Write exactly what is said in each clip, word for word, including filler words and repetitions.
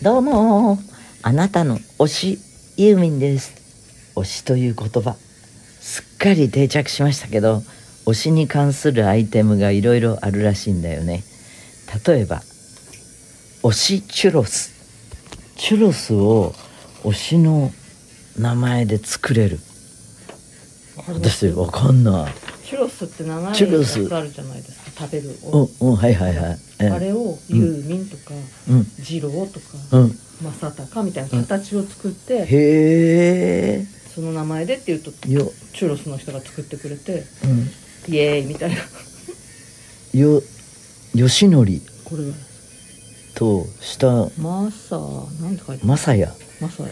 どうも、あなたの推しユーミンです。推しという言葉すっかり定着しましたけど、推しに関するアイテムがいろいろあるらしいんだよね。例えば推しチュロス。チュロスを推しの名前で作れる。私わかんない。 チュロスって名前チュロスがあるじゃないですか、食べる。 おおはいはいはい。 あれをユーミンとか、 うん、 ジローとか、 うん、 正隆みたいな形を作って、うん、 へえ。 その名前でっていうとよチュロスの人が作ってくれて、 うん、 イエーイみたいな。 よ吉典これはと下マサなんて書いてある？ マサヤ。 マサヤ。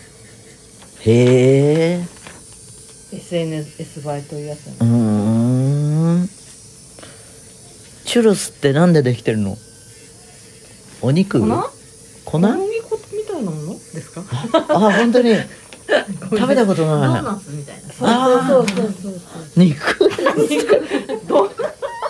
へえ。 エスエヌエス 映えというやつうーん。チュロスってなんでできてるの？お肉？ 粉？ 粉？ 小麦粉みたいなものですか？ あ、本当に食べたことない。 ドーナツみたいな。そうそうそうそうそう。 肉？ 肉？どんな？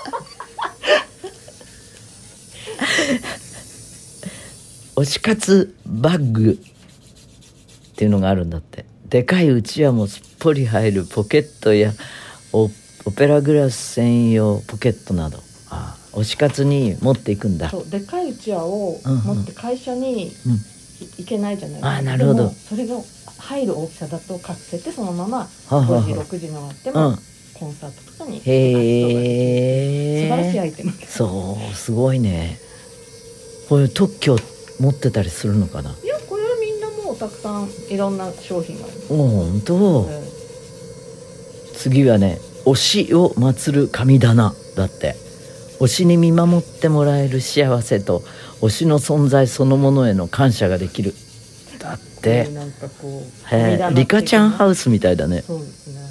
推し活バッグっていうのがあるんだって。でかいうちわもすっぽり入るポケットや オ, オペラグラス専用ポケットなど、ああ推し活に持っていくんだ。 そう、でかいうちわを持って会社に行けないじゃないですか、 うんうん、あ、なるほど。 でもそれが入る大きさだと隠せて、そのままごじろくじ回っても、うん、コンサートとかにへえ、 素晴らしいアイテム。 そうすごいね。こういう特許持ってたりするのかな。 いや、これはみんなもうたくさんいろんな商品がある。 お、本当、うん、次はね、推しを祀る神棚だって。推しに見守ってもらえる幸せと推しの存在そのものへの感謝ができるだって。 なんかこうリカちゃんハウスみたいだね。 そうですね。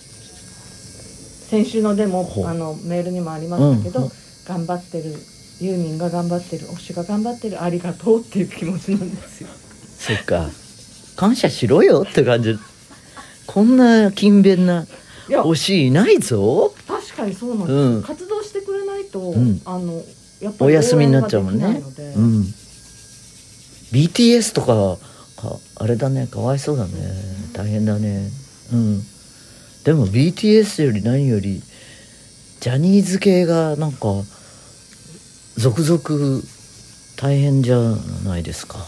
先週のでもあのメールにもありましたけど、うんうん、頑張ってるユーミンが頑張ってる、推しが頑張ってる、ありがとうっていう気持ちなんですよ。 そっか、感謝しろよって感じ。こんな勤勉な推しいないぞ。 確かにそうなんです、うん、活動してくれないと、うん、あのやっぱりお休みになっちゃうもんね、うん、ビーティーエス とかあれだね、かわいそうだね、うん、大変だね、うん、でも ビーティーエス より何よりジャニーズ系がなんか続々大変じゃないですか、うん、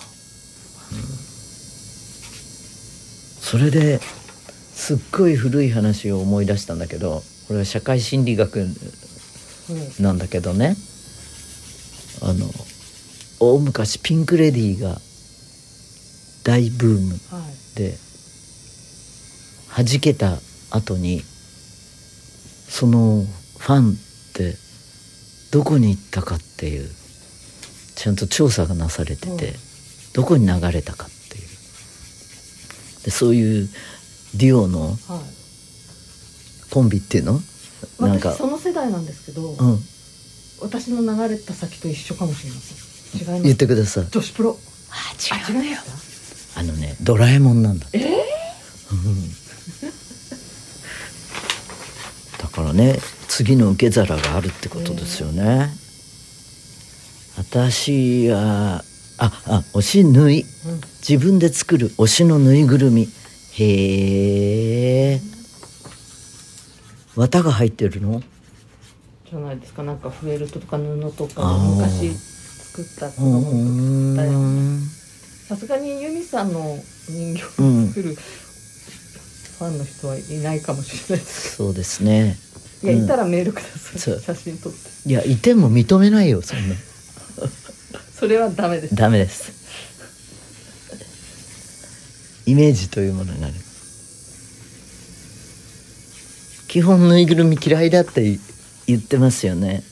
それですっごい古い話を思い出したんだけど、これは社会心理学なんだけどね、うん、あの大昔ピンク・レディーが大ブームで、はい、弾けた後にそのファンってどこに行ったかっていうちゃんと調査がなされてて、うん、どこに流れたかっていうで、そういうデュオの、はい、コンビっていうの、なんか私その世代なんですけど、うん、私の流れた先と一緒かもしれません。違います。 言ってください。 女子プロ。 あ、違うんだよ。あのね、ドラえもんなんだ。 えー、 だからね、次の受け皿があるってことですよね、えー、私はああ推し縫い、うん、自分で作る推しのぬいぐるみ。へえ、綿が入ってるのじゃないですか。なんかフェルトとか布とか昔作った子供の作ったような。さすがにユミさんの人形を作る、うん、ファンの人はいないかもしれないです。 そうですね。 いや、いたらメールください、うん、写真撮って。 いや、いても認めないよ、そんなそれはダメです。 ダメです。イメージというものになる。基本ぬいぐるみ嫌いだって言ってますよね。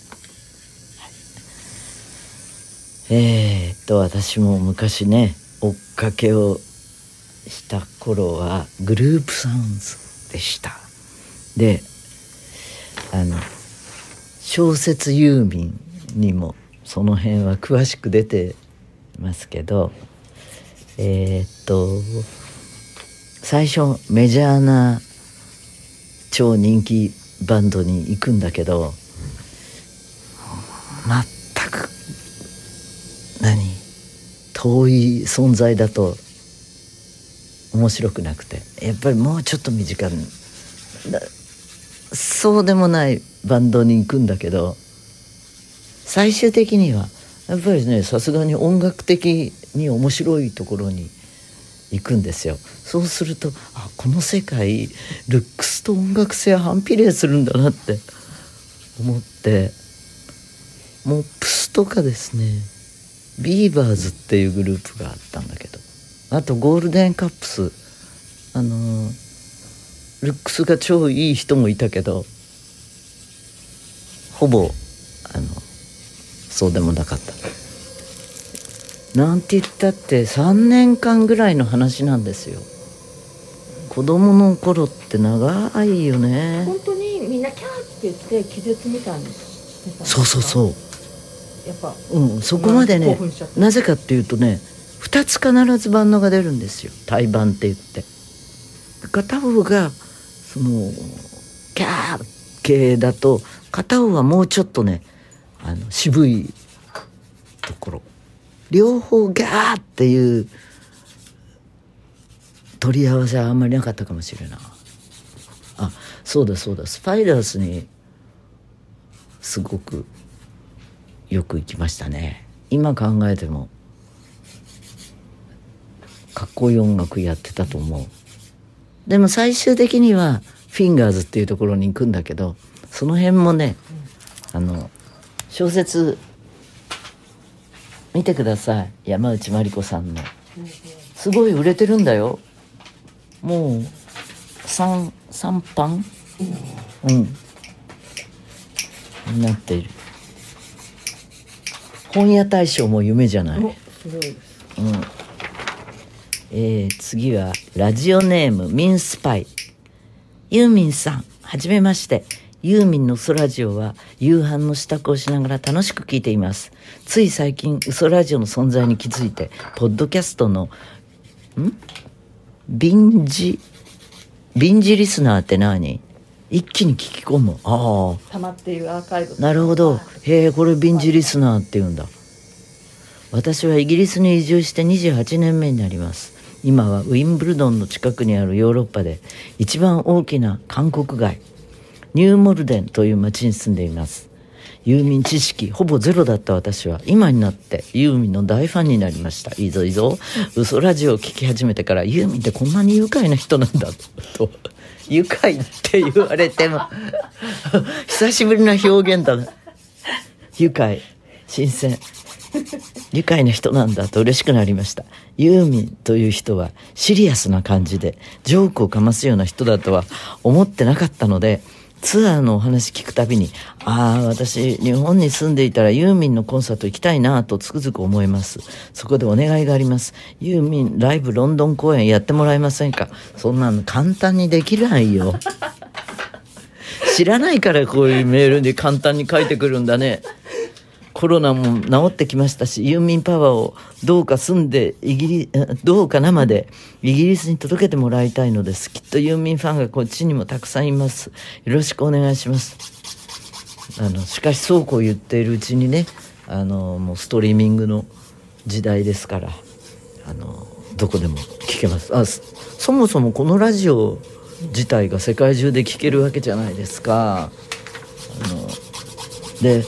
えーっと私も昔ね、追っかけをした頃はグループサウンズでした。で、あの小説ユーミンにもその辺は詳しく出てますけど、えーっと最初メジャーな超人気バンドに行くんだけど、全く何遠い存在だと面白くなくて、やっぱりもうちょっと身近にだそうでもないバンドに行くんだけど、最終的にはやっぱりね、さすがに音楽的に面白いところに行くんですよ。そうすると、あ、この世界ルックスと音楽性は反比例するんだなって思って、モップスとかですね、ビーバーズっていうグループがあったんだけど、あとゴールデンカップス、あのールックスが超いい人もいたけど、ほぼあのそうでもなかった。なんて言ったってさんねんかんぐらいの話なんですよ。子供の頃って長いよね。 本当にみんなキャーって言って気絶みたいにしてたんですか？ そうそうそう。 やっぱ、 うん、そこまでね、なぜかっていうとね、ふたつ必ずバンドが出るんですよ。対バンって言って。片方がそのキャー系だと、片方はもうちょっとね、あの渋いところ、両方ギャーっていう取り合わせはあんまりなかったかもしれない。あ、そうだそうだ、スパイダースにすごくよく行きましたね。今考えてもかっこいい音楽やってたと思う。でも最終的にはフィンガーズっていうところに行くんだけど、その辺もね、あの小説見てください。山内まりこさんの、すごい売れてるんだよ。もう三三版、うん、になっている。本屋大賞も夢じゃない。 すごいです。 うん。えー、次はラジオネームミンスパイ。ユーミンさん、はじめまして。ユーミンの嘘ラジオは夕飯の支度をしながら楽しく聞いています。つい最近嘘ラジオの存在に気づいて、ポッドキャストのんビンジビンジリスナーって何？一気に聞き込む。ああ、 溜まっているアーカイブ。 なるほど。へえ、これビンジリスナーって言うんだ。私はイギリスに移住してにじゅうはちねんめになります。今はウィンブルドンの近くにあるヨーロッパで一番大きな韓国街、ニューモルデンという町に住んでいます。ユーミン知識ほぼゼロだった私は今になってユーミンの大ファンになりました。いいぞいいぞ。嘘ラジオを聞き始めてから、ユーミンってこんなに愉快な人なんだと愉快って言われても久しぶりな表現だな。愉快、新鮮、愉快な人なんだと嬉しくなりました。ユーミンという人はシリアスな感じでジョークをかますような人だとは思ってなかったので、ツアーのお話聞くたびに、ああ、私日本に住んでいたらユーミンのコンサート行きたいなとつくづく思います。そこでお願いがあります。ユーミンライブロンドン公演やってもらえませんか？そんなの簡単にできないよ。知らないからこういうメールで簡単に書いてくるんだね。コロナも治ってきましたし、ユーミンパワーをどうか住んでイギリどうか生でイギリスに届けてもらいたいのです。きっとユーミンファンがこっちにもたくさんいます。よろしくお願いします。あのしかしそうこう言っているうちにね、あのもうストリーミングの時代ですから、あのどこでも聞けます。あ、そもそもこのラジオ自体が世界中で聞けるわけじゃないですか。あので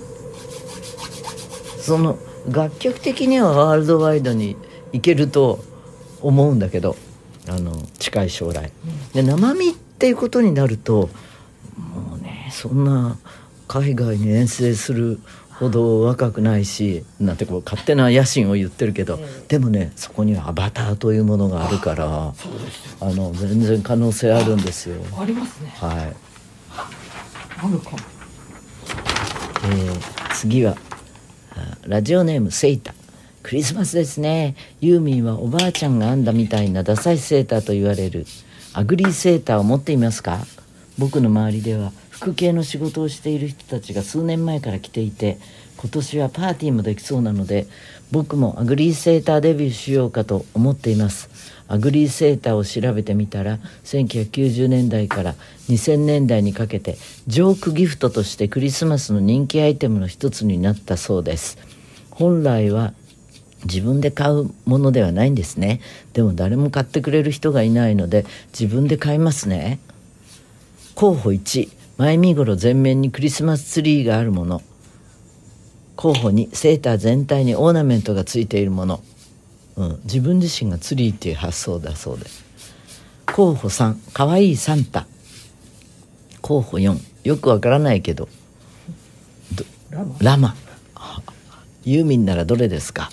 その楽曲的にはワールドワイドに行けると思うんだけど、あの近い将来で生身っていうことになると、もうね、そんな海外に遠征するほど若くないし、なんてこう勝手な野心を言ってるけど、でもね、そこにはアバターというものがあるから、あの全然可能性あるんですよ。 ありますね。 はい。 あるかも。 えー、次はラジオネームセイタ。クリスマスですね。ユーミンはおばあちゃんが編んだみたいなダサいセーターと言われるアグリーセーターを持っていますか？僕の周りでは服系の仕事をしている人たちが数年前から着ていて、今年はパーティーもできそうなので、僕もアグリーセーターデビューしようかと思っています。アグリーセーターを調べてみたら、せんきゅうひゃくきゅうじゅうねんだいからにせんねんだいにかけてジョークギフトとしてクリスマスの人気アイテムの一つになったそうです。本来は自分で買うものではないんですね。でも誰も買ってくれる人がいないので自分で買いますね。候補いち、前見頃全面にクリスマスツリーがあるもの。候補に、セーター全体にオーナメントがついているもの。うん、自分自身がツリーっていう発想だそうです。候補さん、かわいいサンタ。候補よん、よくわからないけどラマラマ。ユーミンならどれですか？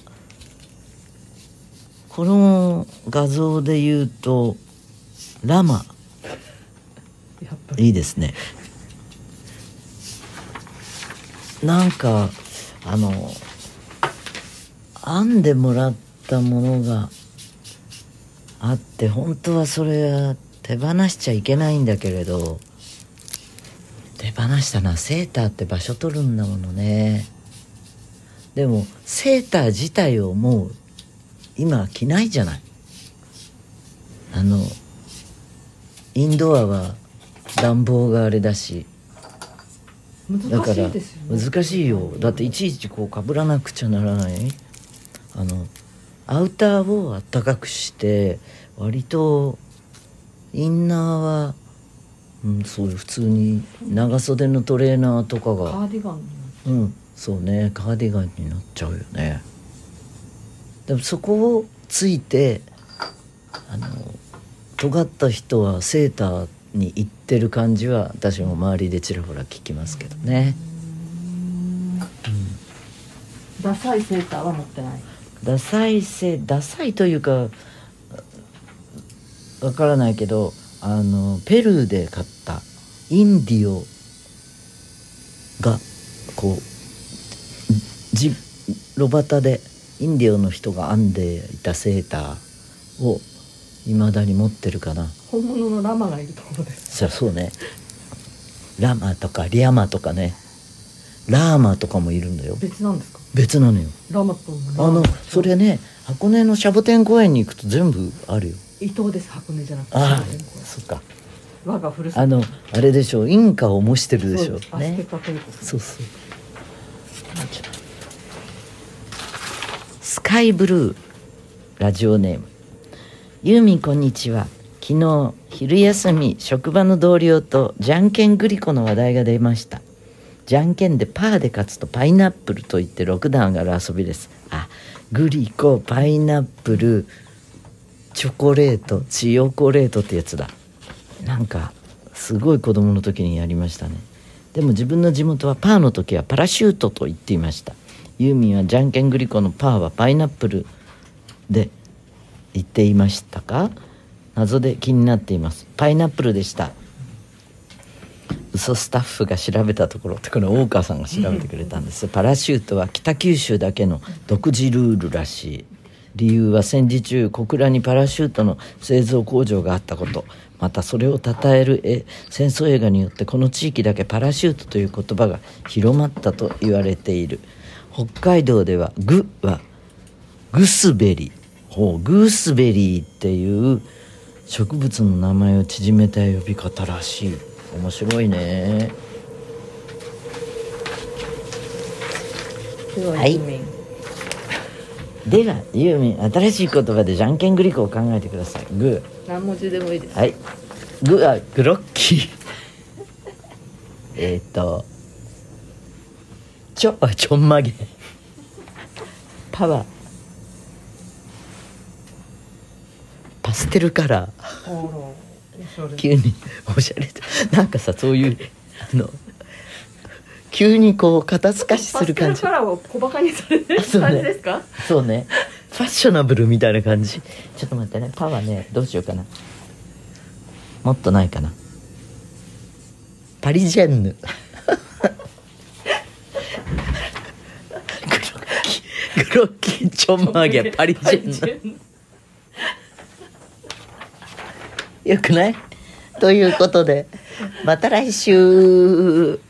この画像で言うとラマ。 やっぱりいいですね。なんかあの編んでもらったものがあって本当はそれは手放しちゃいけないんだけれど、手放したな。セーターって場所取るんだものね。でもセーター自体をもう今着ないじゃない。あのインドアは暖房があれだし、だから難しいですよね。 難しいよ。だっていちいちこうかぶらなくちゃならない。あのアウターをあったかくして割とインナーは、うん、そういう普通に長袖のトレーナーとかがカーディガンになうん、そうね、カーディガンになっちゃうよね。でもそこをついてあの尖った人はセーターに行ってる感じは私も周りでちらほら聞きますけどね。 ダサいセーターは持ってない。 ダサいせダサいというかわからないけど、あのペルーで買ったインディオがこうじ炉端でインディオの人が編んでいたセーターを未だに持ってるかな。 本物のラマがいるところです。 そうそうね。ラマとかリャマとかね、ラーマとかもいるんだよ。 別なんですか？ 別なのよ。 ラマとあのそれね、箱根のシャボテン公園に行くと全部あるよ。 伊東です。箱根じゃなくて。 ああ、そっか。 我がふるさと。 あのあれでしょ、インカを模してるでしょ。 そうです。 ね。 アステカということ。 そうそう。スカイブルーラジオネーム。ユーミンこんにちは。昨日昼休み職場の同僚とじゃんけんグリコの話題が出ました。じゃんけんでパーで勝つとパイナップルといってろく段上がる遊びです。あ、グリコ、パイナップル、チョコレート、チヨコレートってやつだ。なんかすごい子供の時にやりましたね。でも自分の地元はパーの時はパラシュートと言っていました。ユーミンはじゃんけんグリコのパーはパイナップルで言っていましたか？謎で気になっています。パイナップルでした。嘘スタッフが調べたところってこの大川さんが調べてくれたんです。パラシュートは北九州だけの独自ルールらしい。理由は戦時中小倉にパラシュートの製造工場があったこと、またそれを称えるえ戦争映画によってこの地域だけパラシュートという言葉が広まったと言われている。北海道ではグはグスベリー、ほうグースベリーっていう植物の名前を縮めた呼び方らしい。面白いね。 でははいユーミン、 ではユーミン、新しい言葉でじゃんけんグリコを考えてください。グー、 何文字でもいいです。 はい、グはグロッキーえっとちょはちょんまげ、パはパステルカラー。 あら急におしゃれだ。なんかさ、そういうあの急にこう肩透かしする感じ。 パステルカラーを小バカにされてる感じですか？ そうね、ファッショナブルみたいな感じ。ちょっと待ってね、パはね、どうしようかな。もっとないかな。パリジェンヌグロッキーちょんまげパリジェンヌよくない？ということでまた来週。